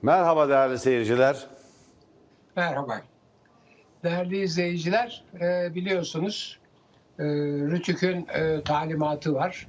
Merhaba değerli seyirciler. Merhaba. Değerli izleyiciler, biliyorsunuz Rütük'ün talimatı var.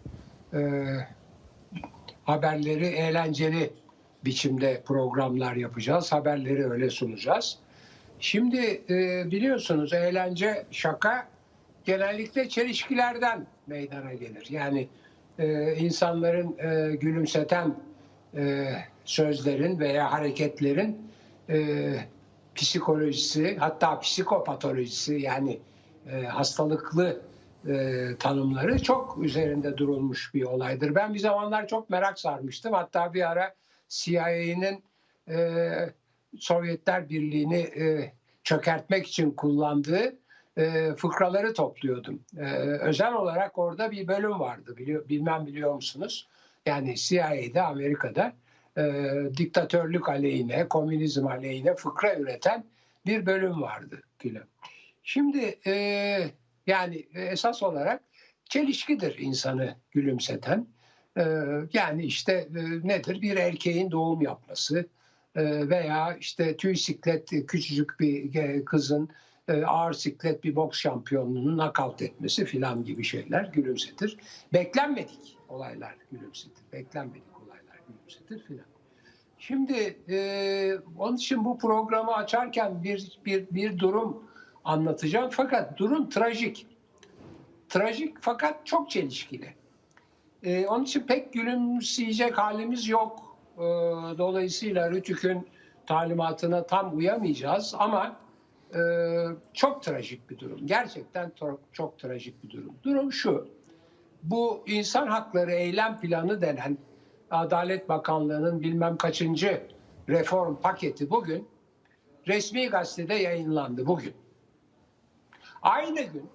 Haberleri eğlenceli biçimde programlar yapacağız. Haberleri öyle sunacağız. Şimdi biliyorsunuz eğlence, şaka genellikle çelişkilerden meydana gelir. Yani insanların gülümseten sözlerin veya hareketlerin psikolojisi, hatta psikopatolojisi, yani hastalıklı tanımları çok üzerinde durulmuş bir olaydır. Ben bir zamanlar çok merak sarmıştım. Hatta bir ara CIA'nin Sovyetler Birliği'ni çökertmek için kullandığı fıkraları topluyordum. Özel olarak orada bir bölüm vardı. Bilmem biliyor musunuz? Yani CIA'de, Amerika'da diktatörlük aleyhine, komünizm aleyhine fıkra üreten bir bölüm vardı. Şimdi yani esas olarak çelişkidir insanı gülümseten. Yani işte nedir? Bir erkeğin doğum yapması veya işte tüy siklet küçücük bir kızın ağır siklet bir boks şampiyonluğunu nakavt etmesi filan gibi şeyler gülümsetir. Beklenmedik olaylar gülümsetir. Beklenmedik olaylar gülümsetir filan. Şimdi onun için bu programı açarken bir durum anlatacağım. Fakat durum trajik. Trajik fakat çok çelişkili. Onun için pek gülümseyecek halimiz yok. Dolayısıyla Rütük'ün talimatına tam uyamayacağız ama çok trajik bir durum. Gerçekten çok trajik bir durum. Durum şu. Bu insan hakları eylem planı denen Adalet Bakanlığı'nın bilmem kaçıncı reform paketi bugün resmi gazetede yayınlandı bugün. Aynı gün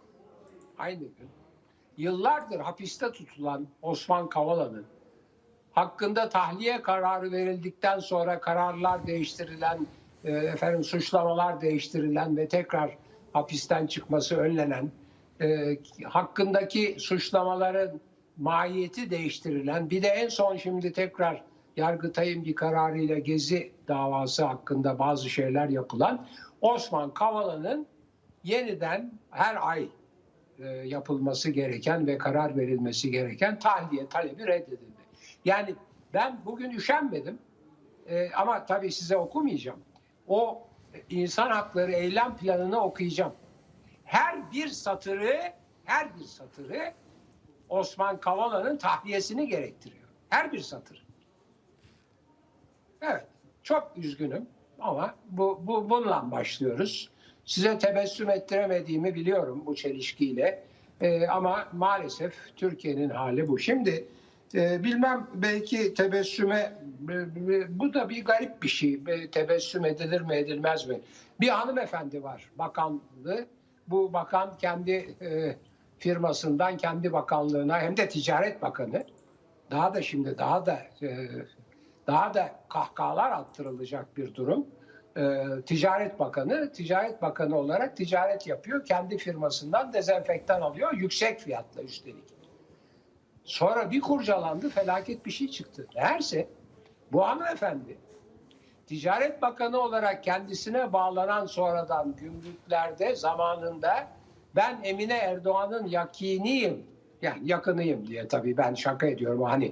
yıllardır hapiste tutulan Osman Kavala'nın hakkında tahliye kararı verildikten sonra kararlar değiştirilen, suçlamalar değiştirilen ve tekrar hapisten çıkması önlenen, hakkındaki suçlamaların mahiyeti değiştirilen, bir de en son şimdi tekrar Yargıtay'ın bir kararıyla Gezi davası hakkında bazı şeyler yapılan Osman Kavala'nın yeniden her ay yapılması gereken ve karar verilmesi gereken tahliye talebi reddedildi. Yani ben bugün üşenmedim ama tabii size okumayacağım. O insan hakları eylem planını okuyacağım. Her bir satırı Osman Kavala'nın tahliyesini gerektiriyor. Her bir satır. Evet, çok üzgünüm ama bununla başlıyoruz. Size tebessüm ettiremediğimi biliyorum bu çelişkiyle. Ama maalesef Türkiye'nin hali bu. Şimdi bilmem belki tebessüme, bu da bir garip bir şey. Tebessüm edilir mi edilmez mi? Bir hanımefendi var bakanlığı. Bu bakan kendi firmasından kendi bakanlığına, hem de Ticaret Bakanı, daha da kahkahalar attırılacak bir durum. Ticaret Bakanı olarak ticaret yapıyor. Kendi firmasından dezenfektan alıyor. Yüksek fiyatla üstelik. Sonra bir kurcalandı, felaket bir şey çıktı. Meğerse bu hanımefendi Ticaret Bakanı olarak kendisine bağlanan, sonradan gümrüklerde zamanında ben Emine Erdoğan'ın yakiniyim, yani yakınıyım diye, tabii ben şaka ediyorum. Hani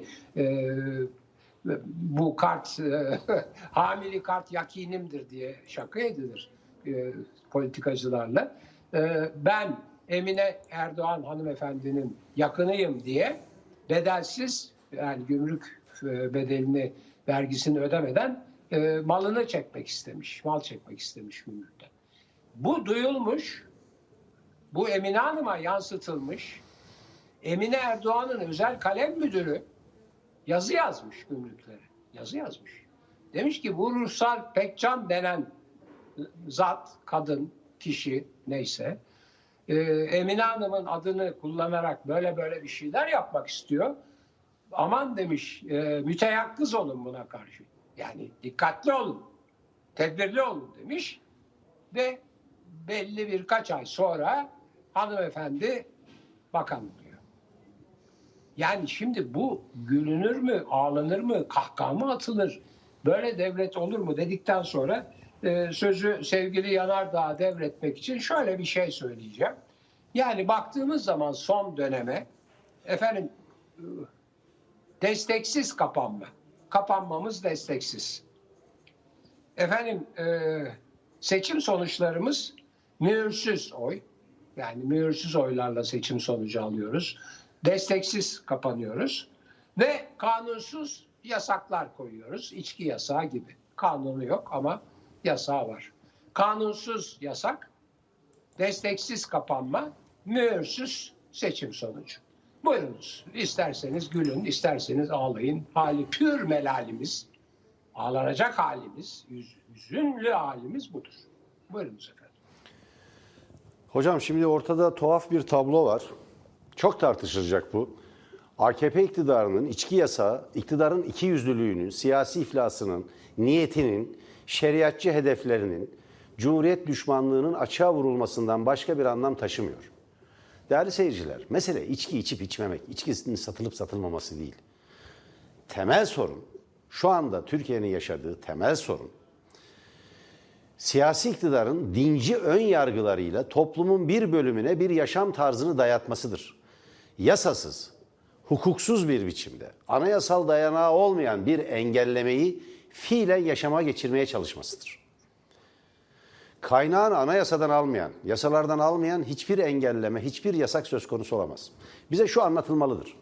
bu kart hamili kart yakinimdir diye şaka edilir politikacılarla. Ben Emine Erdoğan hanımefendinin yakınıyım diye bedelsiz, yani gümrük bedelini, vergisini ödemeden malını çekmek istemiş. Mal çekmek istemiş gümrükten. Bu duyulmuş. Bu Emine Hanım'a yansıtılmış. Emine Erdoğan'ın özel kalem müdürü yazı yazmış gümrüklere. Yazı yazmış. Demiş ki bu Ruhsar Pekcan denen zat, kadın, kişi neyse, Emine Hanım'ın adını kullanarak böyle bir şeyler yapmak istiyor. Aman demiş, müteyakkız olun buna karşı. Yani dikkatli olun, tedbirli olun demiş. Ve belli birkaç ay sonra hanımefendi bakan oluyor. Yani şimdi bu gülünür mü, ağlanır mı, kahkaha mı atılır Böyle devlet olur mu dedikten sonra sözü sevgili Yanardağ'a devretmek için şöyle bir şey söyleyeceğim. Yani baktığımız zaman son döneme efendim desteksiz kapanma. Kapanmamız desteksiz. Efendim seçim sonuçlarımız mühürsüz oy. Yani mühürsüz oylarla seçim sonucu alıyoruz. Desteksiz kapanıyoruz. Ve kanunsuz yasaklar koyuyoruz. İçki yasağı gibi. Kanunu yok ama yasağı var. Kanunsuz yasak, desteksiz kapanma, mühürsüz seçim sonucu. Buyurunuz. İsterseniz gülün, isterseniz ağlayın. Hali pür melalimiz, ağlanacak halimiz, hüzünlü halimiz budur. Buyurunuz efendim. Hocam şimdi ortada tuhaf bir tablo var. Çok tartışılacak bu. AKP iktidarının içki yasağı, iktidarın ikiyüzlülüğünün, siyasi iflasının, niyetinin, şeriatçı hedeflerinin, cumhuriyet düşmanlığının açığa vurulmasından başka bir anlam taşımıyor. Değerli seyirciler, mesele içki içip içmemek, içkisinin satılıp satılmaması değil. Temel sorun, şu anda Türkiye'nin yaşadığı temel sorun, siyasi iktidarın dinci ön yargılarıyla toplumun bir bölümüne bir yaşam tarzını dayatmasıdır. Yasasız, hukuksuz bir biçimde, anayasal dayanağı olmayan bir engellemeyi fiilen yaşama geçirmeye çalışmasıdır. Kaynağını anayasadan almayan, yasalardan almayan hiçbir engelleme, hiçbir yasak söz konusu olamaz. Bize şu anlatılmalıdır.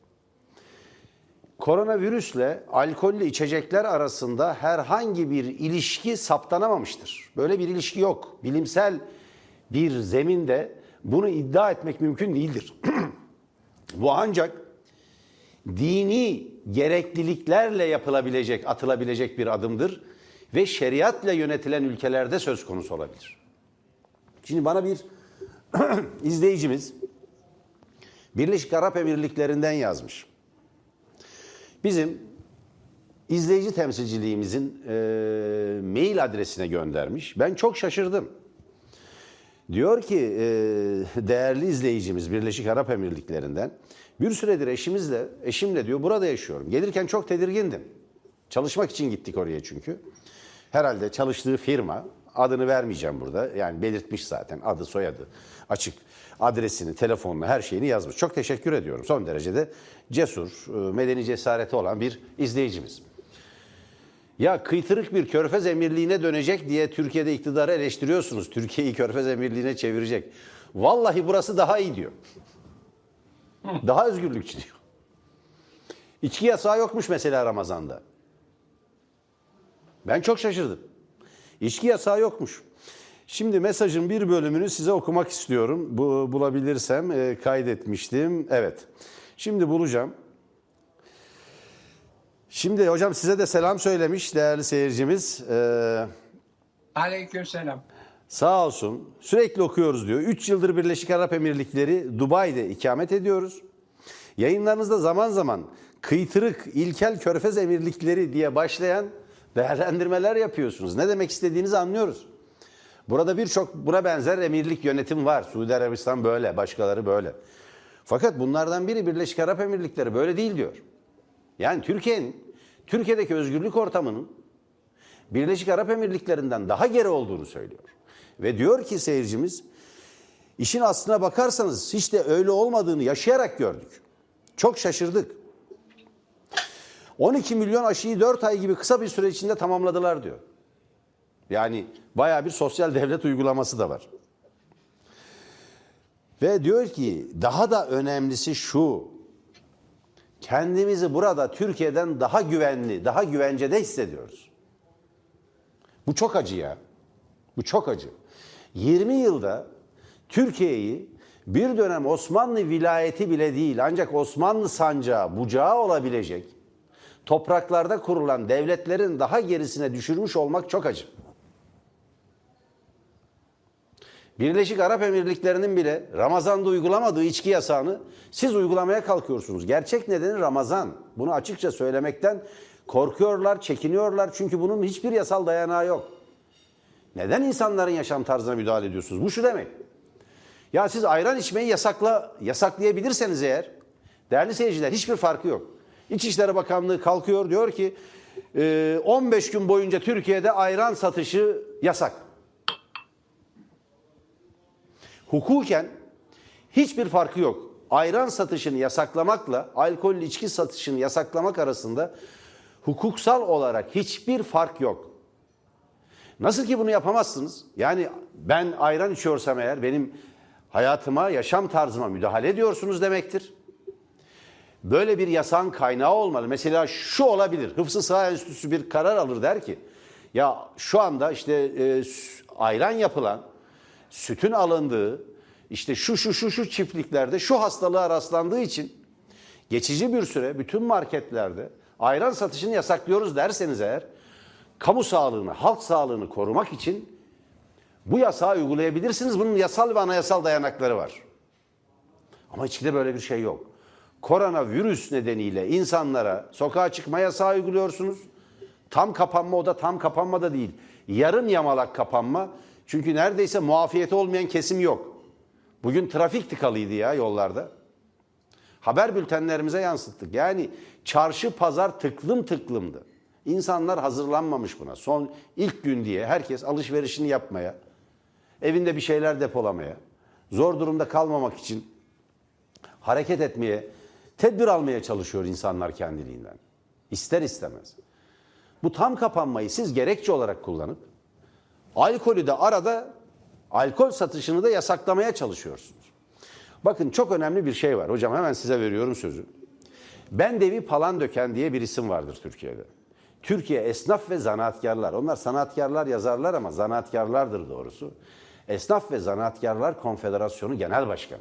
Koronavirüsle alkollü içecekler arasında herhangi bir ilişki saptanamamıştır. Böyle bir ilişki yok. Bilimsel bir zeminde bunu iddia etmek mümkün değildir. Bu ancak dini gerekliliklerle yapılabilecek, atılabilecek bir adımdır ve şeriatla yönetilen ülkelerde söz konusu olabilir. Şimdi bana bir izleyicimiz Birleşik Arap Emirlikleri'nden yazmış. Bizim izleyici temsilciliğimizin mail adresine göndermiş. Ben çok şaşırdım. Diyor ki değerli izleyicimiz Birleşik Arap Emirlikleri'nden, bir süredir eşimle diyor burada yaşıyorum. Gelirken çok tedirgindim. Çalışmak için gittik oraya çünkü. Herhalde çalıştığı firma, adını vermeyeceğim burada. Yani belirtmiş zaten adı soyadı açık. Adresini, telefonunu, her şeyini yazmış. Çok teşekkür ediyorum. Son derece de cesur, medeni cesareti olan bir izleyicimiz. Ya kıytırık bir Körfez Emirliği'ne dönecek diye Türkiye'de iktidarı eleştiriyorsunuz. Türkiye'yi Körfez Emirliği'ne çevirecek. Vallahi burası daha iyi diyor. Daha özgürlükçü diyor. İçki yasağı yokmuş mesela Ramazan'da. Ben çok şaşırdım. İçki yasağı yokmuş. Şimdi mesajın bir bölümünü size okumak istiyorum. Bulabilirsem kaydetmiştim. Evet. Şimdi bulacağım. Şimdi hocam size de selam söylemiş değerli seyircimiz. Aleykümselam. Sağ olsun. Sürekli okuyoruz diyor. 3 yıldır Birleşik Arap Emirlikleri Dubai'de ikamet ediyoruz. Yayınlarınızda zaman zaman kıytırık, ilkel Körfez Emirlikleri diye başlayan değerlendirmeler yapıyorsunuz. Ne demek istediğinizi anlıyoruz. Burada birçok buna benzer emirlik yönetim var. Suudi Arabistan böyle, başkaları böyle. Fakat bunlardan biri Birleşik Arap Emirlikleri böyle değil diyor. Yani Türkiye'deki özgürlük ortamının Birleşik Arap Emirlikleri'nden daha geri olduğunu söylüyor. Ve diyor ki seyircimiz, işin aslına bakarsanız hiç de öyle olmadığını yaşayarak gördük. Çok şaşırdık. 12 milyon aşıyı 4 ay gibi kısa bir süre içinde tamamladılar diyor. Yani bayağı bir sosyal devlet uygulaması da var. Ve diyor ki daha da önemlisi şu, kendimizi burada Türkiye'den daha güvenli, daha güvencede hissediyoruz. Bu çok acı ya. Bu çok acı. 20 yılda Türkiye'yi bir dönem Osmanlı vilayeti bile değil ancak Osmanlı sancağı, bucağı olabilecek topraklarda kurulan devletlerin daha gerisine düşürmüş olmak çok acı. Birleşik Arap Emirlikleri'nin bile Ramazan'da uygulamadığı içki yasağını siz uygulamaya kalkıyorsunuz. Gerçek nedeni Ramazan. Bunu açıkça söylemekten korkuyorlar, çekiniyorlar. Çünkü bunun hiçbir yasal dayanağı yok. Neden insanların yaşam tarzına müdahale ediyorsunuz? Bu şu demek. Ya siz ayran içmeyi yasaklayabilirseniz eğer, değerli seyirciler hiçbir farkı yok. İçişleri Bakanlığı kalkıyor diyor ki 15 gün boyunca Türkiye'de ayran satışı yasak. Hukuken hiçbir farkı yok. Ayran satışını yasaklamakla alkollü içki satışını yasaklamak arasında hukuksal olarak hiçbir fark yok. Nasıl ki bunu yapamazsınız? Yani ben ayran içiyorsam eğer benim hayatıma, yaşam tarzıma müdahale ediyorsunuz demektir. Böyle bir yasağın kaynağı olmalı. Mesela şu olabilir. Hıfzı Sıha Enstitüsü bir karar alır, der ki ya şu anda işte ayran yapılan, sütün alındığı, işte şu çiftliklerde şu hastalığa rastlandığı için geçici bir süre bütün marketlerde ayran satışını yasaklıyoruz derseniz eğer, kamu sağlığını, halk sağlığını korumak için bu yasağı uygulayabilirsiniz. Bunun yasal ve anayasal dayanakları var. Ama içkide böyle bir şey yok. Koronavirüs nedeniyle insanlara sokağa çıkma yasağı uyguluyorsunuz. Tam kapanma, o da tam kapanma da değil. Yarım yamalak kapanma. Çünkü neredeyse muafiyeti olmayan kesim yok. Bugün trafik tıkalıydı ya yollarda. Haber bültenlerimize yansıttık. Yani çarşı pazar tıklım tıklımdı. İnsanlar hazırlanmamış buna. Son ilk gün diye herkes alışverişini yapmaya, evinde bir şeyler depolamaya, zor durumda kalmamak için hareket etmeye, tedbir almaya çalışıyor insanlar kendiliğinden. İster istemez. Bu tam kapanmayı siz gerekçe olarak kullanıp alkolü de arada, alkol satışını da yasaklamaya çalışıyorsunuz. Bakın çok önemli bir şey var. Hocam hemen size veriyorum sözü. Bendevi Palandöken diye bir isim vardır Türkiye'de. Türkiye Esnaf ve Zanaatkarlar. Onlar sanatkarlar yazarlar ama zanaatkarlardır doğrusu. Esnaf ve Zanaatkarlar Konfederasyonu Genel Başkanı.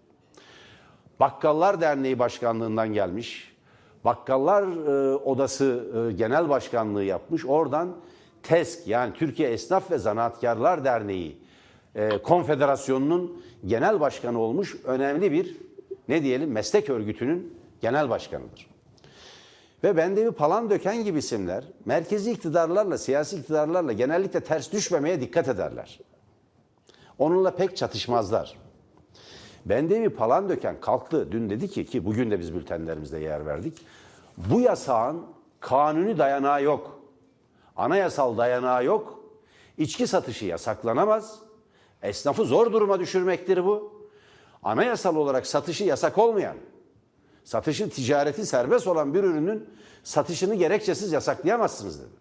Bakkallar Derneği Başkanlığından gelmiş. Bakkallar Odası Genel Başkanlığı yapmış. Oradan TESK, yani Türkiye Esnaf ve Zanaatkarlar Derneği Konfederasyonu'nun genel başkanı olmuş önemli bir, ne diyelim, meslek örgütünün genel başkanıdır. Ve Bendevi Palandöken gibi isimler merkezi iktidarlarla, siyasi iktidarlarla genellikle ters düşmemeye dikkat ederler. Onunla pek çatışmazlar. Bendevi Palandöken kalktı dün, dedi ki bugün de biz bültenlerimizde yer verdik. Bu yasağın kanuni dayanağı yok. Anayasal dayanağı yok. İçki satışı yasaklanamaz. Esnafı zor duruma düşürmektir bu. Anayasal olarak satışı yasak olmayan, satışı, ticareti serbest olan bir ürünün satışını gerekçesiz yasaklayamazsınız dedi.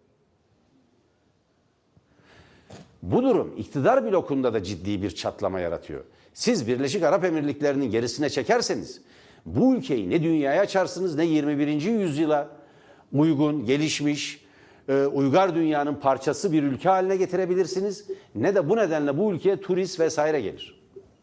Bu durum iktidar blokunda da ciddi bir çatlama yaratıyor. Siz Birleşik Arap Emirlikleri'nin gerisine çekerseniz bu ülkeyi ne dünyaya açarsınız, ne 21. yüzyıla uygun, gelişmiş, uygar dünyanın parçası bir ülke haline getirebilirsiniz, ne de bu nedenle bu ülkeye turist vesaire gelir.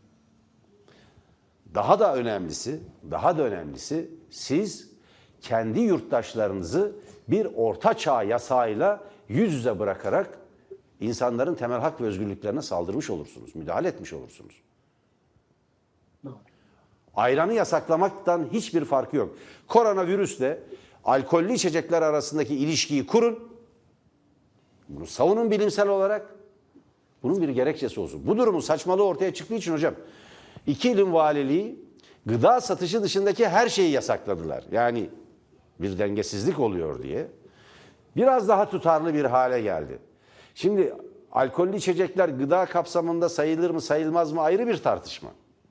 Daha da önemlisi siz kendi yurttaşlarınızı bir orta çağ yasağıyla yüz yüze bırakarak insanların temel hak ve özgürlüklerine saldırmış olursunuz, müdahale etmiş olursunuz. Ayranı yasaklamaktan hiçbir farkı yok. Koronavirüsle alkollü içecekler arasındaki ilişkiyi kurun. Bunu savunun bilimsel olarak. Bunun bir gerekçesi olsun. Bu durumun saçmalığı ortaya çıktığı için hocam, 2 ilin valiliği gıda satışı dışındaki her şeyi yasakladılar. Yani bir dengesizlik oluyor diye. Biraz daha tutarlı bir hale geldi. Şimdi alkollü içecekler gıda kapsamında sayılır mı sayılmaz mı ayrı bir tartışma.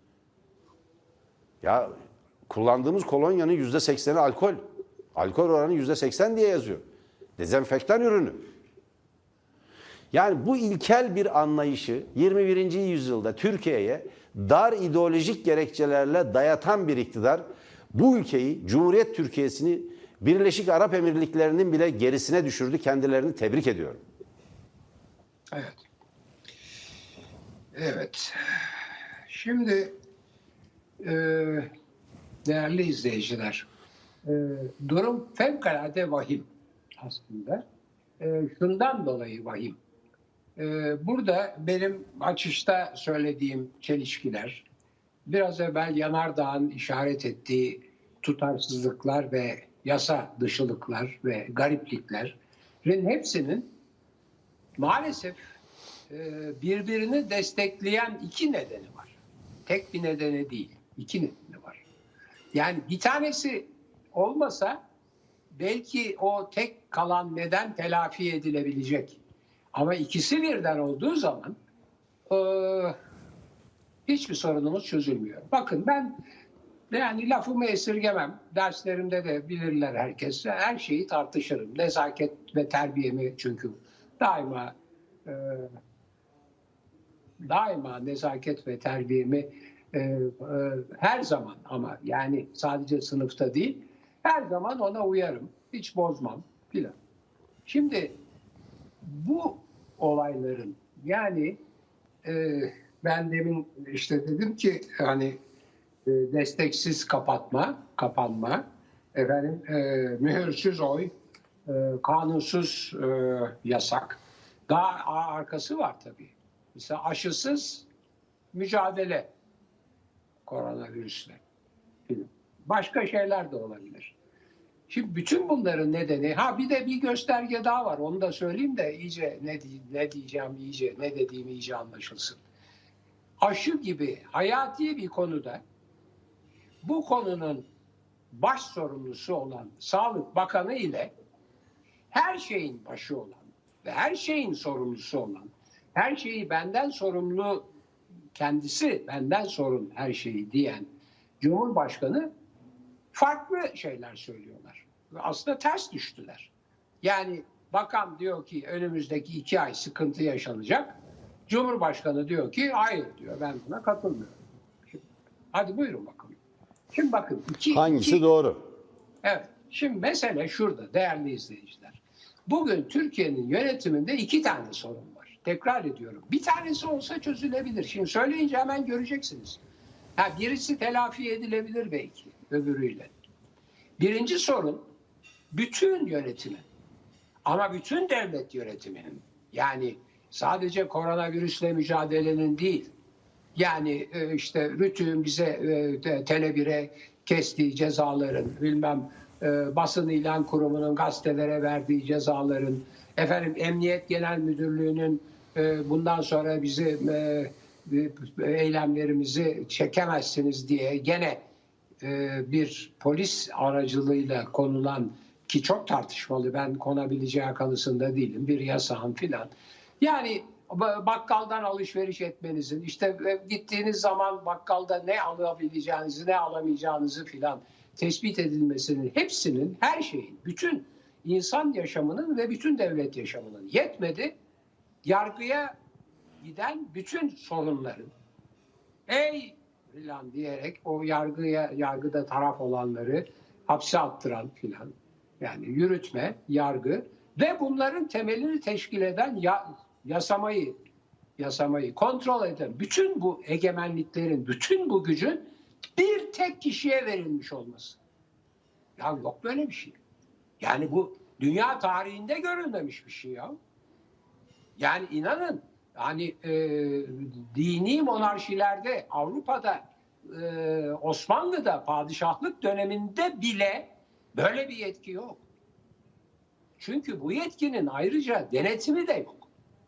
Ya kullandığımız kolonyanın %80'i alkol. Alkol oranı %80 diye yazıyor. Dezenfektan ürünü. Yani bu ilkel bir anlayışı 21. yüzyılda Türkiye'ye dar ideolojik gerekçelerle dayatan bir iktidar bu ülkeyi, Cumhuriyet Türkiye'sini Birleşik Arap Emirlikleri'nin bile gerisine düşürdü. Kendilerini tebrik ediyorum. Evet. Evet. Şimdi değerli izleyiciler, durum fevkalade vahim aslında. Şundan dolayı vahim. Burada benim açışta söylediğim çelişkiler, biraz evvel Yanardağ'ın işaret ettiği tutarsızlıklar ve yasa dışılıklar ve garipliklerin hepsinin maalesef birbirini destekleyen iki nedeni var. Tek bir nedeni değil, iki nedeni var. Yani bir tanesi olmasa belki o tek kalan neden telafi edilebilecek. Ama ikisi birden olduğu zaman hiçbir sorunumuz çözülmüyor. Bakın ben yani lafımı esirgemem. Derslerimde de bilirler herkes. Her şeyi tartışırım. Nezaket ve terbiyemi çünkü daima nezaket ve terbiyemi her zaman ama yani sadece sınıfta değil her zaman ona uyarım. Hiç bozmam filan. Şimdi bu olayların yani ben demin işte dedim ki hani desteksiz kapanma, efendim mühürsüz oy, kanunsuz yasak. Daha arkası var tabii. Mesela aşısız mücadele koronavirüsle. Başka şeyler de olabilir. Şimdi bütün bunların nedeni, bir de bir gösterge daha var. Onu da söyleyeyim de iyice ne diyeceğim iyice, ne dediğim iyice anlaşılsın. Aşı gibi hayati bir konuda bu konunun baş sorumlusu olan Sağlık Bakanı ile her şeyin başı olan ve her şeyin sorumlusu olan, her şeyi benden sorumlu, kendisi benden sorun her şeyi diyen Cumhurbaşkanı farklı şeyler söylüyorlar. Ve aslında ters düştüler. Yani bakan diyor ki önümüzdeki 2 ay sıkıntı yaşanacak. Cumhurbaşkanı diyor ki hayır diyor, ben buna katılmıyorum. Hadi buyurun bakalım. Şimdi bakın. Hangisi doğru? Evet. Şimdi mesele şurada değerli izleyiciler. Bugün Türkiye'nin yönetiminde 2 tane sorun var. Tekrar ediyorum. Bir tanesi olsa çözülebilir. Şimdi söyleyince hemen göreceksiniz. Birisi telafi edilebilir belki öbürüyle. Birinci sorun bütün yönetimin ama bütün devlet yönetiminin, yani sadece koronavirüsle mücadelenin değil, yani işte RTÜK'ün bize Tele1'e kestiği cezaların, bilmem basın ilan kurumunun gazetelere verdiği cezaların, efendim Emniyet Genel Müdürlüğü'nün bundan sonra bizi eylemlerimizi çekemezsiniz diye gene bir polis aracılığıyla konulan, ki çok tartışmalı, ben konabileceği kanısında değilim, bir yasağın filan. Yani bakkaldan alışveriş etmenizin, işte gittiğiniz zaman bakkalda ne alabileceğinizi, ne alamayacağınızı filan tespit edilmesinin, hepsinin, her şeyin, bütün insan yaşamının ve bütün devlet yaşamının yetmedi. Yargıya giden bütün sorunların, ey filan diyerek o yargıda taraf olanları hapse attıran filan, yani yürütme, yargı ve bunların temelini teşkil eden yasamayı kontrol eden bütün bu egemenliklerin, bütün bu gücün bir tek kişiye verilmiş olması. Ya yok böyle bir şey. Yani bu dünya tarihinde görülmemiş bir şey ya. Yani inanın, hani dini monarşilerde, Avrupa'da, Osmanlı'da, padişahlık döneminde bile böyle bir yetki yok. Çünkü bu yetkinin ayrıca denetimi de yok.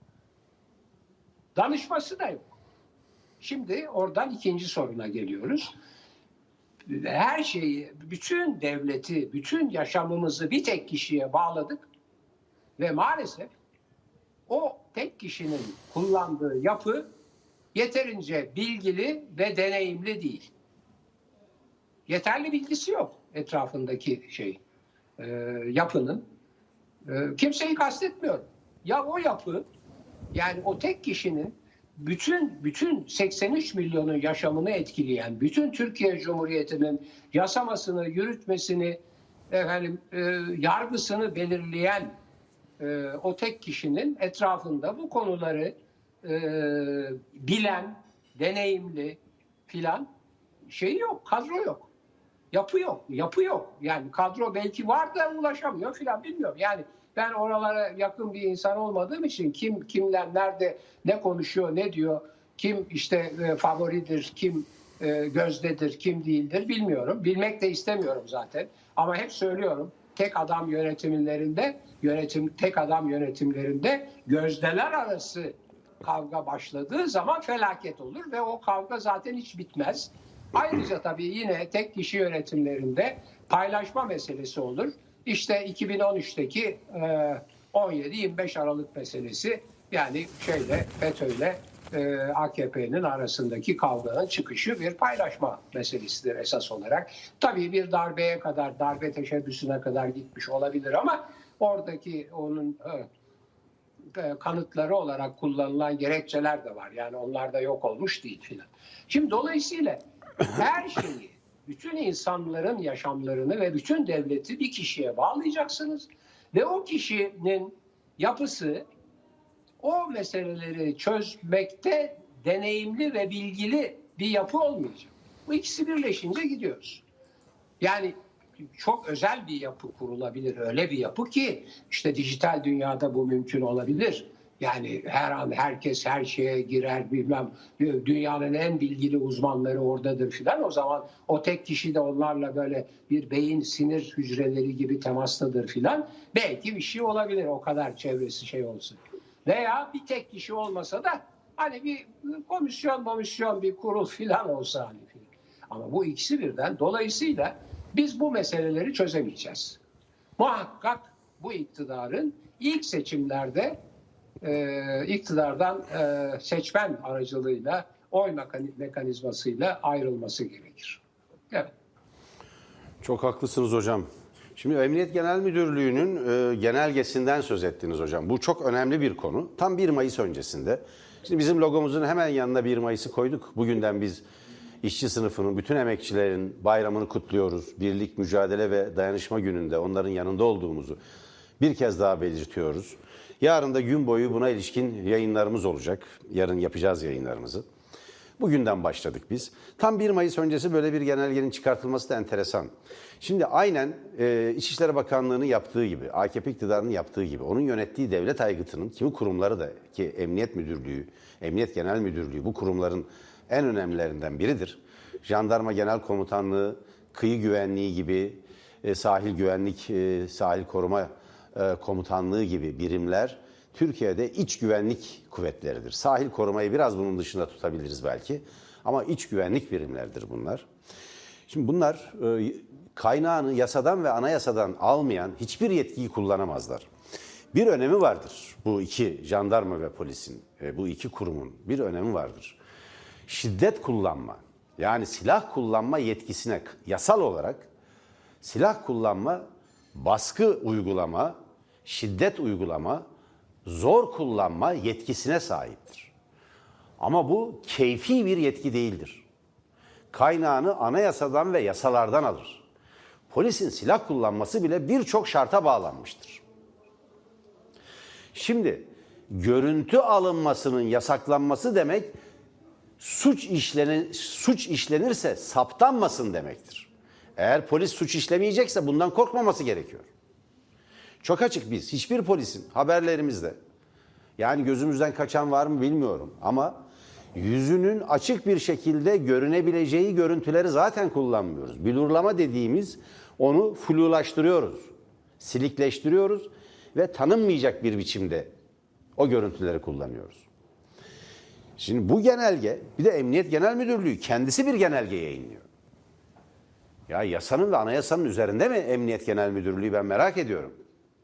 Danışması da yok. Şimdi oradan ikinci soruna geliyoruz. Her şeyi, bütün devleti, bütün yaşamımızı bir tek kişiye bağladık ve maalesef o tek kişinin kullandığı yapı yeterince bilgili ve deneyimli değil. Yeterli bilgisi yok etrafındaki yapının. Kimseyi kastetmiyorum. Ya o yapı, yani o tek kişinin bütün 83 milyonun yaşamını etkileyen, bütün Türkiye Cumhuriyeti'nin yasamasını, yürütmesini, yargısını belirleyen o tek kişinin etrafında bu konuları bilen, deneyimli filan yok, kadro yok. Yapı yok. Yani kadro belki var da ulaşamıyor filan, bilmiyorum. Yani ben oralara yakın bir insan olmadığım için kimler nerede ne konuşuyor, ne diyor, kim işte favoridir, kim gözdedir, kim değildir bilmiyorum. Bilmek de istemiyorum zaten. Ama hep söylüyorum, tek adam yönetimlerinde gözdeler arası kavga başladığı zaman felaket olur ve o kavga zaten hiç bitmez. Ayrıca tabii yine tek kişi yönetimlerinde paylaşma meselesi olur. İşte 2013'teki 17-25 Aralık meselesi, yani FETÖ'yle AKP'nin arasındaki kavganın çıkışı bir paylaşma meselesidir esas olarak. Tabii bir darbeye kadar, darbe teşebbüsüne kadar gitmiş olabilir ama oradaki onun kanıtları olarak kullanılan gerekçeler de var. Yani onlar da yok olmuş değil filan. Şimdi dolayısıyla her şeyi, bütün insanların yaşamlarını ve bütün devleti bir kişiye bağlayacaksınız. Ve o kişinin yapısı o meseleleri çözmekte deneyimli ve bilgili bir yapı olmayacak. Bu ikisi birleşince gidiyoruz. Yani çok özel bir yapı kurulabilir. Öyle bir yapı ki işte dijital dünyada bu mümkün olabilir. Yani her an herkes her şeye girer, bilmem dünyanın en bilgili uzmanları oradadır filan. O zaman o tek kişi de onlarla böyle bir beyin sinir hücreleri gibi temastadır filan. Belki bir şey olabilir, o kadar çevresi olsun. Veya bir tek kişi olmasa da hani bir komisyon bir kurul filan olsa hani filan. Ama bu ikisi birden, dolayısıyla biz bu meseleleri çözemeyeceğiz. Muhakkak bu iktidarın ilk seçimlerde iktidardan seçmen aracılığıyla, oy mekanizmasıyla ayrılması gerekir. Evet. Çok haklısınız hocam. Şimdi Emniyet Genel Müdürlüğü'nün genelgesinden söz ettiniz hocam. Bu çok önemli bir konu. Tam 1 Mayıs öncesinde. Şimdi bizim logomuzun hemen yanına 1 Mayıs'ı koyduk. Bugünden biz işçi sınıfının, bütün emekçilerin bayramını kutluyoruz. Birlik, mücadele ve dayanışma gününde onların yanında olduğumuzu bir kez daha belirtiyoruz. Yarın da gün boyu buna ilişkin yayınlarımız olacak. Yarın yapacağız yayınlarımızı. Bugünden başladık biz. Tam 1 Mayıs öncesi böyle bir genelgenin çıkartılması da enteresan. Şimdi aynen İçişleri Bakanlığı'nın yaptığı gibi, AKP iktidarının yaptığı gibi, onun yönettiği devlet aygıtının kimi kurumları da, ki Emniyet Müdürlüğü, Emniyet Genel Müdürlüğü bu kurumların en önemlilerinden biridir. Jandarma Genel Komutanlığı, kıyı güvenliği gibi, sahil güvenlik, sahil koruma komutanlığı gibi birimler Türkiye'de iç güvenlik kuvvetleridir. Sahil korumayı biraz bunun dışında tutabiliriz belki ama iç güvenlik birimleridir bunlar. Şimdi bunlar kaynağını yasadan ve anayasadan almayan hiçbir yetkiyi kullanamazlar. Bir önemi vardır bu iki jandarma ve polisin, bu iki kurumun bir önemi vardır. Şiddet kullanma, yani silah kullanma yetkisine yasal olarak silah kullanma, baskı uygulama, şiddet uygulama, zor kullanma yetkisine sahiptir. Ama bu keyfi bir yetki değildir. Kaynağını anayasadan ve yasalardan alır. Polisin silah kullanması bile birçok şarta bağlanmıştır. Şimdi görüntü alınmasının yasaklanması demek suç işlenirse saptanmasın demektir. Eğer polis suç işlemeyecekse bundan korkmaması gerekiyor. Çok açık biz. Hiçbir polisin haberlerimizde, yani gözümüzden kaçan var mı bilmiyorum ama yüzünün açık bir şekilde görünebileceği görüntüleri zaten kullanmıyoruz. Blurlama dediğimiz onu flulaştırıyoruz, silikleştiriyoruz ve tanınmayacak bir biçimde o görüntüleri kullanıyoruz. Şimdi bu genelge, bir de Emniyet Genel Müdürlüğü kendisi bir genelge yayınlıyor. Ya yasanın ve anayasanın üzerinde mi Emniyet Genel Müdürlüğü, ben merak ediyorum.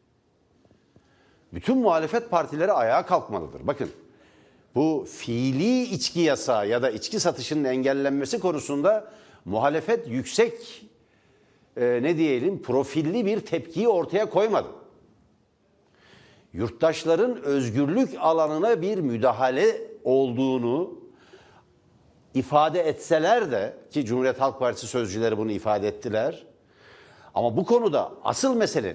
Bütün muhalefet partileri ayağa kalkmalıdır. Bakın, bu fiili içki yasağı ya da içki satışının engellenmesi konusunda muhalefet yüksek profilli bir tepkiyi ortaya koymadı. Yurttaşların özgürlük alanına bir müdahale olduğunu ifade etseler de, ki Cumhuriyet Halk Partisi sözcüleri bunu ifade ettiler, ama bu konuda asıl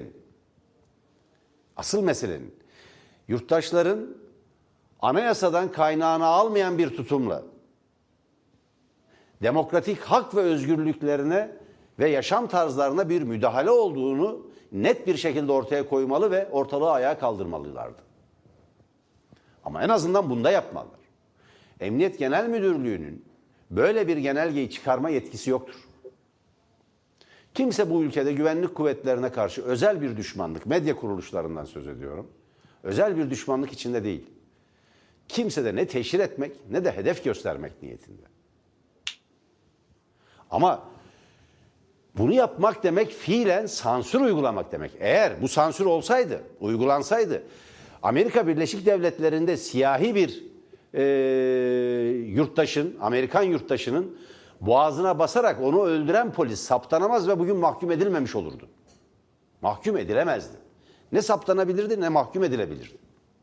meselenin yurttaşların anayasadan kaynağını almayan bir tutumla demokratik hak ve özgürlüklerine ve yaşam tarzlarına bir müdahale olduğunu net bir şekilde ortaya koymalı ve ortalığı ayağa kaldırmalılardı. Ama en azından bunda yapmalılar. Emniyet Genel Müdürlüğü'nün böyle bir genelgeyi çıkarma yetkisi yoktur. Kimse bu ülkede güvenlik kuvvetlerine karşı özel bir düşmanlık, medya kuruluşlarından söz ediyorum, özel bir düşmanlık içinde değil. Kimse de ne teşhir etmek ne de hedef göstermek niyetinde. Ama Bunu yapmak demek fiilen sansür uygulamak demek. Eğer bu sansür olsaydı, uygulansaydı, Amerika Birleşik Devletleri'nde siyahi bir yurttaşın, Amerikan yurttaşının boğazına basarak onu öldüren polis saptanamaz ve bugün mahkum edilmemiş olurdu. Mahkum edilemezdi. Ne saptanabilirdi ne mahkum edilebilirdi.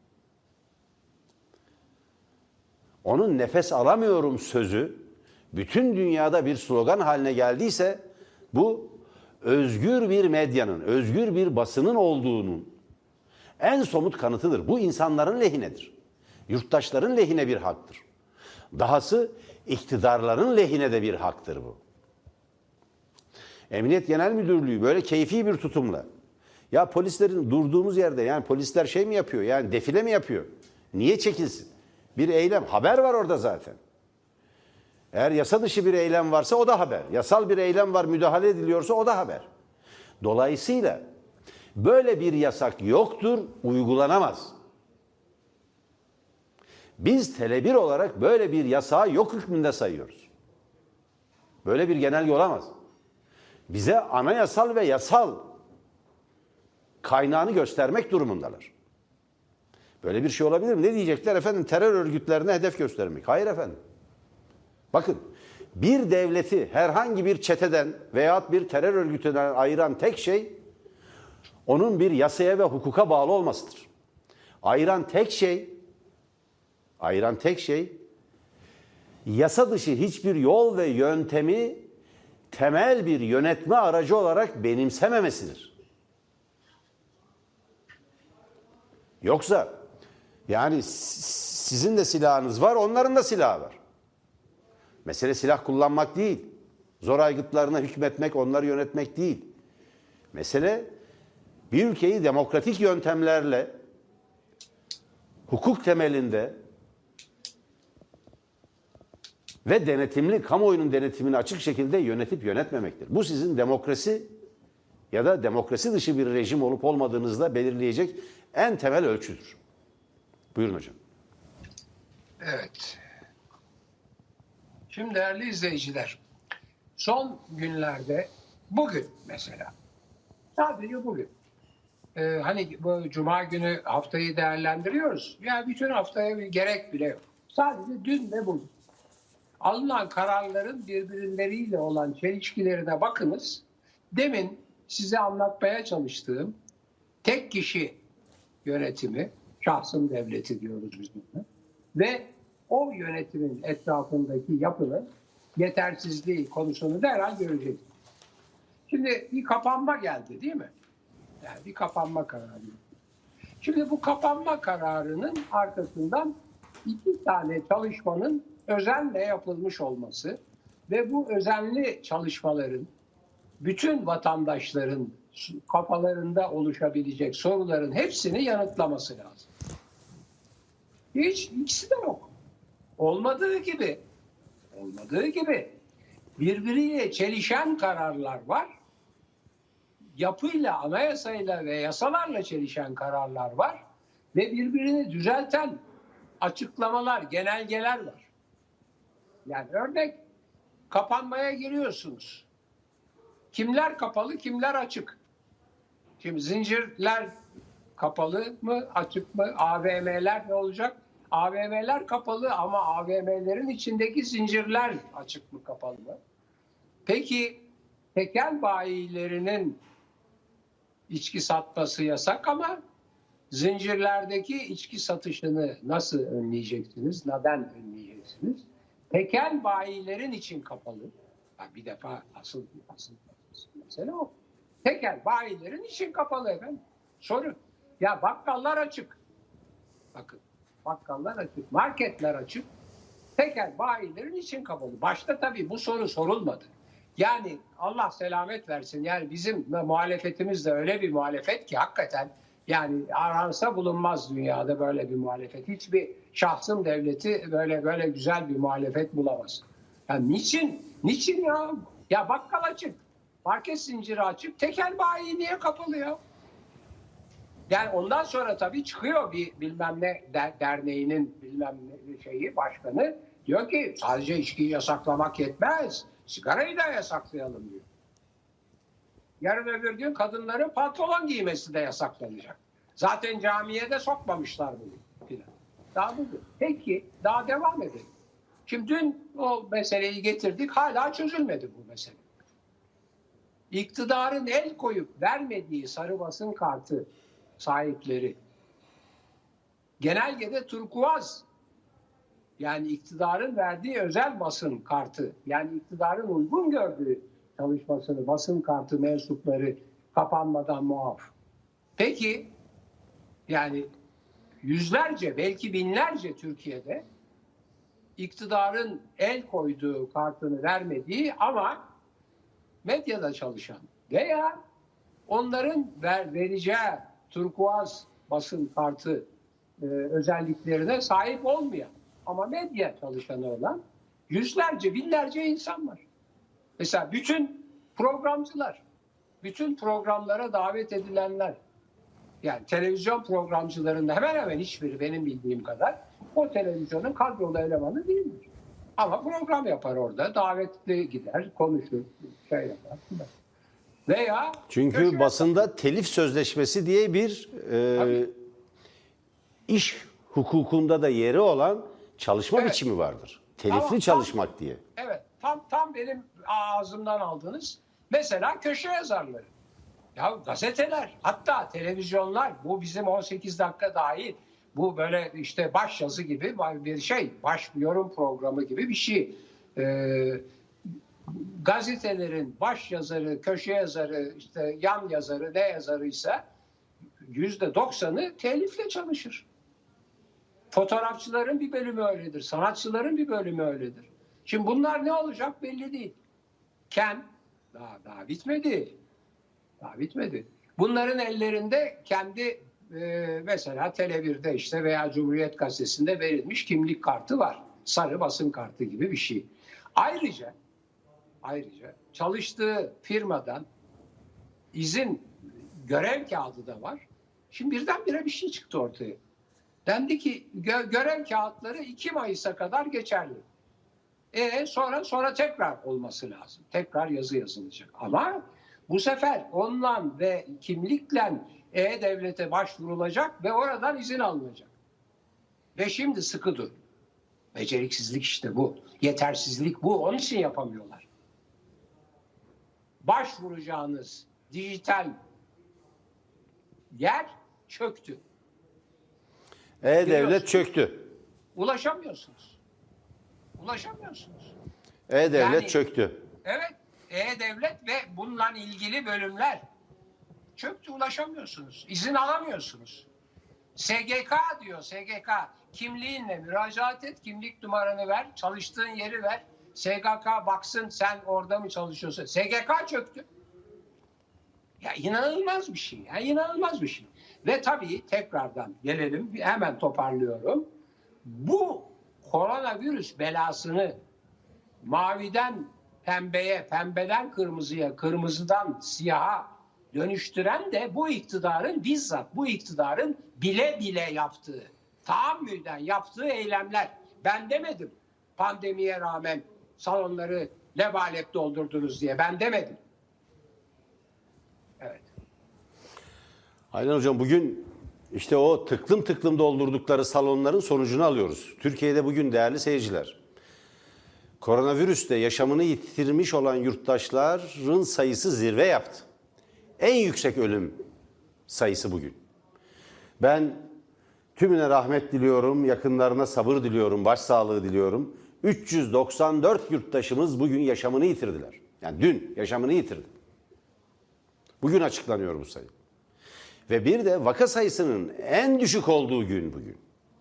Onun nefes alamıyorum sözü bütün dünyada bir slogan haline geldiyse bu özgür bir medyanın, özgür bir basının olduğunun en somut kanıtıdır. Bu insanların lehinedir. Yurttaşların lehine bir haktır. Dahası iktidarların lehine de bir haktır bu. Emniyet Genel Müdürlüğü böyle keyfi bir tutumla, ya polislerin durduğumuz yerde, yani polisler şey mi yapıyor, yani defile mi yapıyor? Niye çekilsin? Bir eylem, haber var orada zaten. Eğer yasa dışı bir eylem varsa o da haber. Yasal bir eylem var, müdahale ediliyorsa o da haber. Dolayısıyla böyle bir yasak yoktur, uygulanamaz. Biz Tele1 olarak böyle bir yasağı yok hükmünde sayıyoruz. Böyle bir genelge olamaz. Bize anayasal ve yasal kaynağını göstermek durumundalar. Böyle bir şey olabilir mi? Ne diyecekler efendim? Terör örgütlerine hedef göstermek. Hayır efendim. Bakın, bir devleti herhangi bir çeteden veyahut bir terör örgütünden ayıran tek şey onun bir yasaya ve hukuka bağlı olmasıdır. Ayıran tek şey yasa dışı hiçbir yol ve yöntemi temel bir yönetme aracı olarak benimsememesidir. Yoksa yani sizin de silahınız var, onların da silahı var. Mesele silah kullanmak değil. Zor aygıtlarına hükmetmek, onları yönetmek değil. Mesele bir ülkeyi demokratik yöntemlerle, hukuk temelinde ve denetimli, kamuoyunun denetimini açık şekilde yönetip yönetmemektir. Bu sizin demokrasi ya da demokrasi dışı bir rejim olup olmadığınızda belirleyecek en temel ölçüdür. Buyurun hocam. Evet. Şimdi değerli izleyiciler, son günlerde, bugün mesela, sadece bugün, hani bu Cuma günü haftayı değerlendiriyoruz. Yani bütün haftaya bir gerek bile yok. Sadece dün ve bugün. Alınan kararların birbirleriyle olan çelişkilerine bakınız. Demin size anlatmaya çalıştığım tek kişi yönetimi, şahsın devleti diyoruz biz buna, ve o yönetimin etrafındaki yapının yetersizliği konusunu derhal göreceksiniz. Şimdi bir kapanma geldi değil mi? Yani bir kapanma kararı. Şimdi bu kapanma kararının arkasından 2 tane çalışmanın özenle yapılmış olması ve bu özenli çalışmaların bütün vatandaşların kafalarında oluşabilecek soruların hepsini yanıtlaması lazım. İkisi de yok. Olmadığı gibi birbiriyle çelişen kararlar var. Yapıyla, anayasayla ve yasalarla çelişen kararlar var. Ve birbirini düzelten açıklamalar, genelgeler var. Yani örnek, kapanmaya giriyorsunuz. Kimler kapalı, kimler açık? Şimdi zincirler kapalı mı, açık mı? AVM'ler ne olacak? AVM'ler kapalı ama AVM'lerin içindeki zincirler açık mı, kapalı mı? Peki tekel bayilerinin içki satması yasak ama zincirlerdeki içki satışını nasıl önleyeceksiniz? Neden önleyeceksiniz? Tekel bayilerin için kapalı. Bir defa asıl mesele o. Tekel bayilerin için kapalı efendim. Soru. Ya bakkallar açık. Bakın, bakkallar açık, marketler açık. Tekel bayilerin için kapalı. Başta tabii bu soru sorulmadı. Yani Allah selamet versin. Yani bizim muhalefetimiz de öyle bir muhalefet ki hakikaten, yani aransa bulunmaz dünyada böyle bir muhalefet. Hiçbir şahsın devleti böyle güzel bir muhalefet bulamaz. Yani niçin ya? Ya bakkal açık, market zinciri açık, tekel bayi niye kapalı ya? Yani ondan sonra tabii çıkıyor bir bilmem ne derneğinin bilmem ne şeyi, başkanı diyor ki sadece içkiyi yasaklamak yetmez, sigarayı da yasaklayalım diyor. Yarın öbür gün kadınların pantolon giymesi de yasaklanacak. Zaten camiye de sokmamışlar bunu filan. Daha bugün. Peki daha devam edelim. Şimdi dün o meseleyi getirdik. Hala çözülmedi bu mesele. İktidarın el koyup vermediği sarı basın kartı sahipleri genelgede turkuaz, yani iktidarın verdiği özel basın kartı, yani iktidarın uygun gördüğü çalışmasını, basın kartı mensupları kapanmadan muaf. Peki yani yüzlerce, belki binlerce Türkiye'de iktidarın el koyduğu kartını vermediği ama medyada çalışan veya onların vereceği turkuaz basın kartı özelliklerine sahip olmayan ama medya çalışanı olan yüzlerce, binlerce insan var. Mesela bütün programcılar, bütün programlara davet edilenler, yani televizyon programcılarında hemen hemen hiçbiri benim bildiğim kadar o televizyonun kadrolu elemanı değildir. Ama program yapar orada, davetli gider, konuşur, şey yapar. Veya çünkü basında telif sözleşmesi diye bir iş hukukunda da yeri olan çalışma biçimi vardır. Telifli çalışmak diye. Evet, tam benim ağzımdan aldığınız mesela köşe yazarları. Ya gazeteler, hatta televizyonlar, bu bizim 18 dakika dahil, bu böyle işte baş yazı gibi bir şey, baş yorum programı gibi bir şey. Gazetelerin baş yazarı, köşe yazarı, işte yan yazarı, ne yazarıysa %90'ı telifle çalışır. Fotoğrafçıların bir bölümü öyledir, sanatçıların bir bölümü öyledir. Şimdi bunlar ne olacak belli değil. Daha bitmedi. Daha bitmedi. Bunların ellerinde kendi mesela Tele1'de işte veya Cumhuriyet Gazetesi'nde verilmiş kimlik kartı var. Sarı basın kartı gibi bir şey. Ayrıca çalıştığı firmadan izin, görev kağıdı da var. Şimdi birdenbire bir şey çıktı ortaya. Dendi ki görev kağıtları 2 Mayıs'a kadar geçerli. Sonra tekrar olması lazım. Tekrar yazı yazılacak. Ama bu sefer onunla ve kimlikle E-Devlet'e başvurulacak ve oradan izin alınacak. Ve şimdi sıkı dur. Beceriksizlik işte bu. Yetersizlik bu. Onun için yapamıyorlar. Başvuracağınız dijital yer çöktü. E-Devlet çöktü. Ulaşamıyorsunuz. E-Devlet çöktü. Evet. E-Devlet ve bununla ilgili bölümler çöktü, ulaşamıyorsunuz. İzin alamıyorsunuz. SGK diyor, SGK. Kimliğinle müracaat et, kimlik numaranı ver, çalıştığın yeri ver. SGK baksın sen orada mı çalışıyorsun? SGK çöktü. Ya inanılmaz bir şey. Ve tabii tekrardan gelelim, hemen toparlıyorum. Bu koronavirüs belasını maviden pembeye, pembeden kırmızıya, kırmızıdan siyaha dönüştüren de bu iktidarın bile bile yaptığı, tahammüden yaptığı eylemler. Ben demedim pandemiye rağmen salonları lebalep doldurdunuz diye, ben demedim. Evet. Aynen hocam, bugün işte o tıklım tıklım doldurdukları salonların sonucunu alıyoruz. Türkiye'de bugün değerli seyirciler, koronavirüste yaşamını yitirmiş olan yurttaşların sayısı zirve yaptı. En yüksek ölüm sayısı bugün. Ben tümüne rahmet diliyorum, yakınlarına sabır diliyorum, başsağlığı diliyorum. 394 yurttaşımız bugün yaşamını yitirdiler. Yani dün yaşamını yitirdi. Bugün açıklanıyor bu sayı. Ve bir de vaka sayısının en düşük olduğu gün bugün.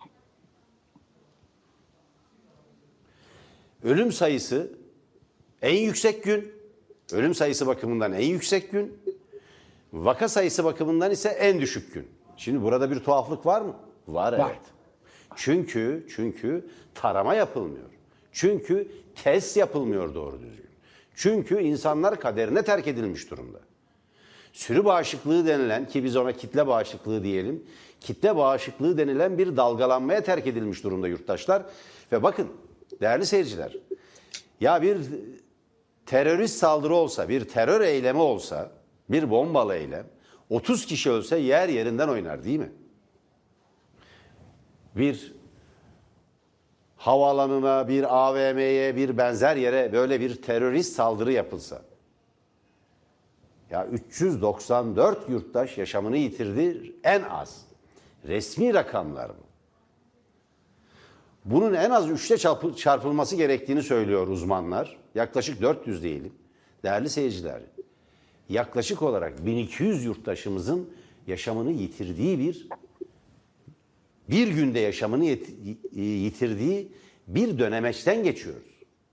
Ölüm sayısı en yüksek gün. Ölüm sayısı bakımından en yüksek gün. Vaka sayısı bakımından ise en düşük gün. Şimdi burada bir tuhaflık var mı? Var, evet. Çünkü tarama yapılmıyor. Çünkü test yapılmıyor doğru düzgün. Çünkü insanlar kaderine terk edilmiş durumda. Sürü bağışıklığı denilen, ki biz ona kitle bağışıklığı diyelim, kitle bağışıklığı denilen bir dalgalanmaya terk edilmiş durumda yurttaşlar. Ve bakın değerli seyirciler, ya bir terörist saldırı olsa, bir terör eylemi olsa bir bombalı eylem 30 kişi ölse yer yerinden oynar değil mi? Bir havaalanına, bir AVM'ye, bir benzer yere böyle bir terörist saldırı yapılsa, ya 394 yurttaş yaşamını yitirdi en az. Resmi rakamlar bu. Bunun en az 3'te çarpılması gerektiğini söylüyor uzmanlar. Yaklaşık 400 diyelim. Değerli seyirciler, yaklaşık olarak 1200 yurttaşımızın yaşamını yitirdiği bir günde yaşamını yitirdiği bir dönemeçten geçiyoruz.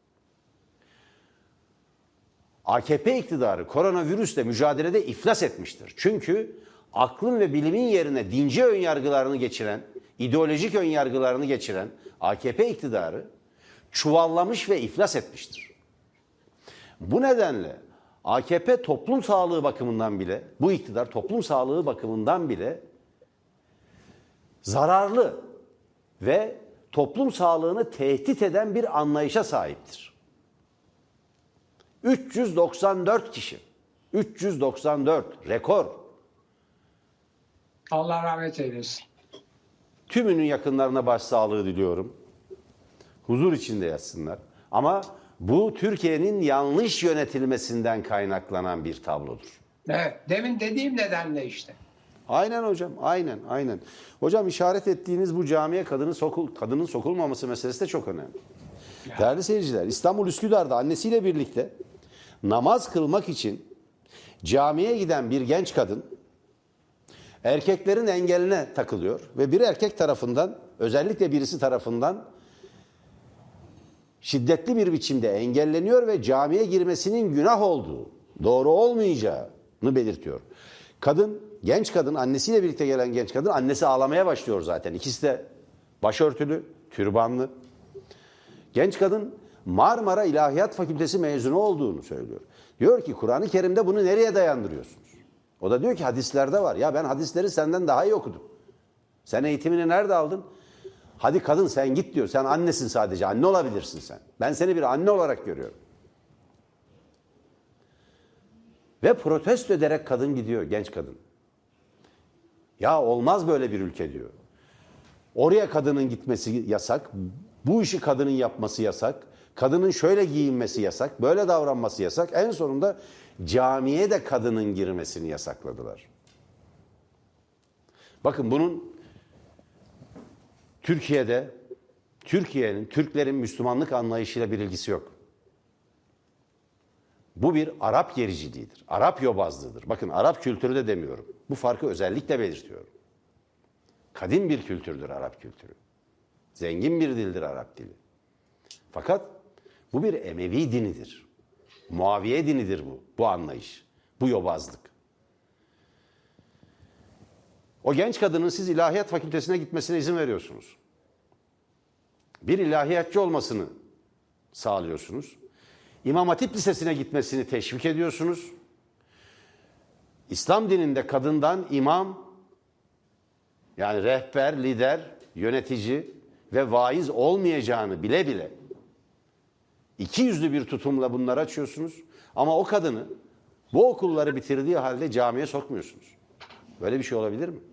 AKP iktidarı koronavirüsle mücadelede iflas etmiştir. Çünkü aklın ve bilimin yerine dinci önyargılarını geçiren, ideolojik önyargılarını geçiren AKP iktidarı çuvallamış ve iflas etmiştir. Bu nedenle AKP toplum sağlığı bakımından bile, bu iktidar toplum sağlığı bakımından bile zararlı ve toplum sağlığını tehdit eden bir anlayışa sahiptir. 394 kişi. 394 rekor. Allah rahmet eylesin. Tümünün yakınlarına başsağlığı diliyorum. Huzur içinde yatsınlar. Ama bu Türkiye'nin yanlış yönetilmesinden kaynaklanan bir tablodur. Evet, demin dediğim nedenle işte. Aynen hocam, aynen. Hocam işaret ettiğiniz bu camiye kadının sokulmaması meselesi de çok önemli. Ya. Değerli seyirciler, İstanbul Üsküdar'da annesiyle birlikte namaz kılmak için camiye giden bir genç kadın erkeklerin engeline takılıyor ve bir erkek tarafından, özellikle birisi tarafından şiddetli bir biçimde engelleniyor ve camiye girmesinin günah olduğu, doğru olmayacağını belirtiyor. Genç kadın, annesiyle birlikte gelen genç kadın, annesi ağlamaya başlıyor zaten. İkisi de başörtülü, türbanlı. Genç kadın Marmara İlahiyat Fakültesi mezunu olduğunu söylüyor. Diyor ki Kur'an-ı Kerim'de bunu nereye dayandırıyorsunuz? O da diyor ki hadislerde var. Ya ben hadisleri senden daha iyi okudum. Sen eğitimini nerede aldın? Hadi kadın sen git diyor. Sen annesin sadece. Anne olabilirsin sen. Ben seni bir anne olarak görüyorum. Ve protesto ederek kadın gidiyor, genç kadın. Ya olmaz böyle bir ülke diyor. Oraya kadının gitmesi yasak. Bu işi kadının yapması yasak. Kadının şöyle giyinmesi yasak. Böyle davranması yasak. En sonunda camiye de kadının girmesini yasakladılar. Bakın bunun Türklerin Müslümanlık anlayışıyla bir ilgisi yok. Bu bir Arap gericiliğidir. Arap yobazlığıdır. Bakın Arap kültürü de demiyorum. Bu farkı özellikle belirtiyorum. Kadim bir kültürdür Arap kültürü. Zengin bir dildir Arap dili. Fakat bu bir Emevi dinidir. Muaviye dinidir bu anlayış. Bu yobazlık. O genç kadının siz ilahiyat fakültesine gitmesine izin veriyorsunuz. Bir ilahiyatçı olmasını sağlıyorsunuz. İmam Hatip Lisesi'ne gitmesini teşvik ediyorsunuz. İslam dininde kadından imam, yani rehber, lider, yönetici ve vaiz olmayacağını bile bile iki yüzlü bir tutumla bunları açıyorsunuz. Ama o kadını bu okulları bitirdiği halde camiye sokmuyorsunuz. Böyle bir şey olabilir mi?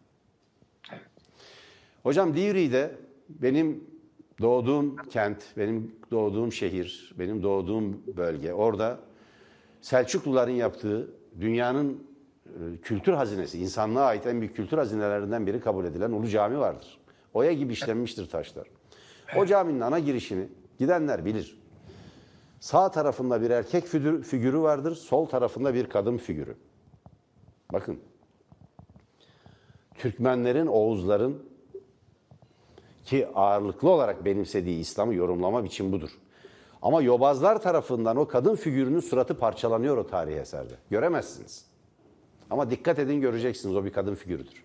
Hocam Divriği'de benim doğduğum kent, benim doğduğum şehir, benim doğduğum bölge, orada Selçukluların yaptığı dünyanın kültür hazinesi, insanlığa ait en büyük kültür hazinelerinden biri kabul edilen Ulu Cami vardır. Oya gibi işlenmiştir taşlar. O caminin ana girişini gidenler bilir. Sağ tarafında bir erkek figürü vardır, sol tarafında bir kadın figürü. Bakın, Türkmenlerin, Oğuzların ki ağırlıklı olarak benimsediği İslam'ı yorumlama biçim budur. Ama yobazlar tarafından o kadın figürünün suratı parçalanıyor o tarihi eserde. Göremezsiniz. Ama dikkat edin göreceksiniz, o bir kadın figürüdür.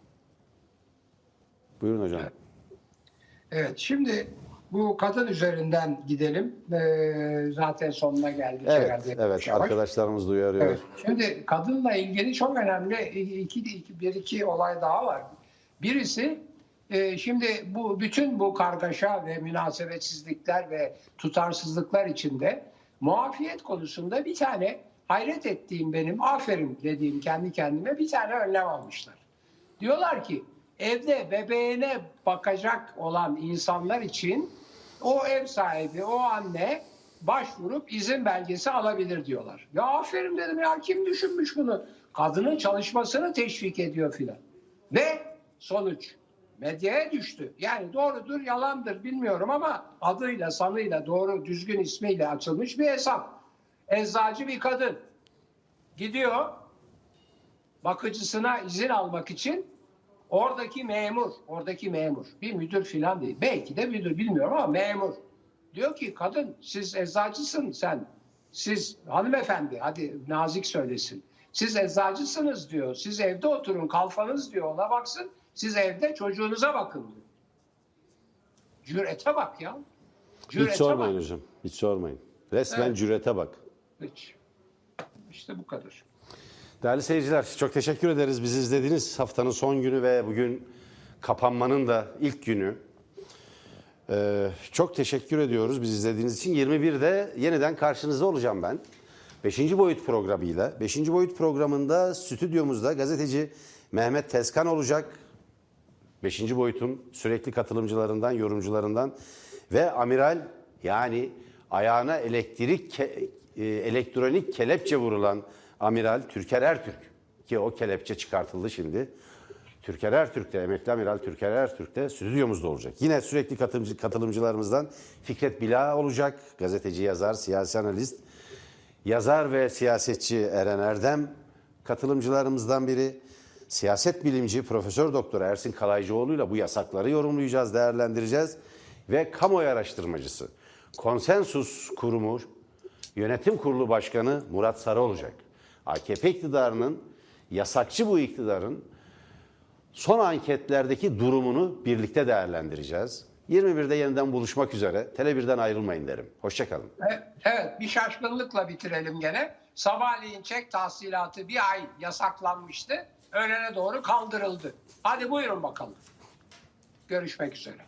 Buyurun hocam. Evet, şimdi bu kadın üzerinden gidelim. Zaten sonuna geldik. Evet, arkadaşlarımız duyarıyor. Evet. Şimdi kadınla ilgili çok önemli iki olay daha var. Birisi, şimdi bütün bu kargaşa ve münasebetsizlikler ve tutarsızlıklar içinde muafiyet konusunda bir tane hayret ettiğim benim, aferin dediğim kendi kendime bir tane önlem almışlar. Diyorlar ki evde bebeğine bakacak olan insanlar için o ev sahibi, o anne başvurup izin belgesi alabilir diyorlar. Ya aferin dedim ya, kim düşünmüş bunu? Kadının çalışmasını teşvik ediyor filan. Ve sonuç medyaya düştü. Yani doğrudur, yalandır bilmiyorum ama adıyla, sanıyla, doğru, düzgün ismiyle açılmış bir hesap. Eczacı bir kadın gidiyor bakıcısına izin almak için, oradaki memur, bir müdür filan değil. Belki de müdür, bilmiyorum ama memur. Diyor ki kadın, siz eczacısın sen. Siz hanımefendi, hadi nazik söylesin. Siz eczacısınız diyor. Siz evde oturun, kalfanız diyor, ona baksın. Siz evde çocuğunuza bakın diyor. Cürete bak ya. Cürete Hiç sormayın bak. hocam. Hiç sormayın. Resmen Evet. cürete bak. Hiç. İşte bu kadar. Değerli seyirciler, çok teşekkür ederiz bizi izlediğiniz haftanın son günü ve bugün kapanmanın da ilk günü. Çok teşekkür ediyoruz bizi izlediğiniz için. 21'de yeniden karşınızda olacağım ben. 5. boyut programıyla. 5. boyut programında stüdyomuzda gazeteci Mehmet Tezkan olacak. 5. boyutun sürekli katılımcılarından, yorumcularından ve amiral, yani ayağına elektronik kelepçe vurulan amiral Türker Ertürk, ki o kelepçe çıkartıldı şimdi. Türker Ertürk de, emekli amiral Türker Ertürk de stüdyomuzda olacak. Yine sürekli katılımcılarımızdan Fikret Bila olacak. Gazeteci, yazar, siyasi analist. Yazar ve siyasetçi Eren Erdem katılımcılarımızdan biri. Siyaset bilimci Profesör Doktor Ersin Kalaycıoğlu'yla bu yasakları yorumlayacağız, değerlendireceğiz. Ve kamuoyu araştırmacısı, Konsensus Kurumu Yönetim Kurulu Başkanı Murat Sarı olacak. AKP iktidarının, yasakçı bu iktidarın son anketlerdeki durumunu birlikte değerlendireceğiz. 21'de yeniden buluşmak üzere. Tele1'den ayrılmayın derim. Hoşçakalın. Evet, bir şaşkınlıkla bitirelim gene. Sabahleyin çek tahsilatı bir ay yasaklanmıştı. Öğlene doğru kaldırıldı. Hadi buyurun bakalım. Görüşmek üzere.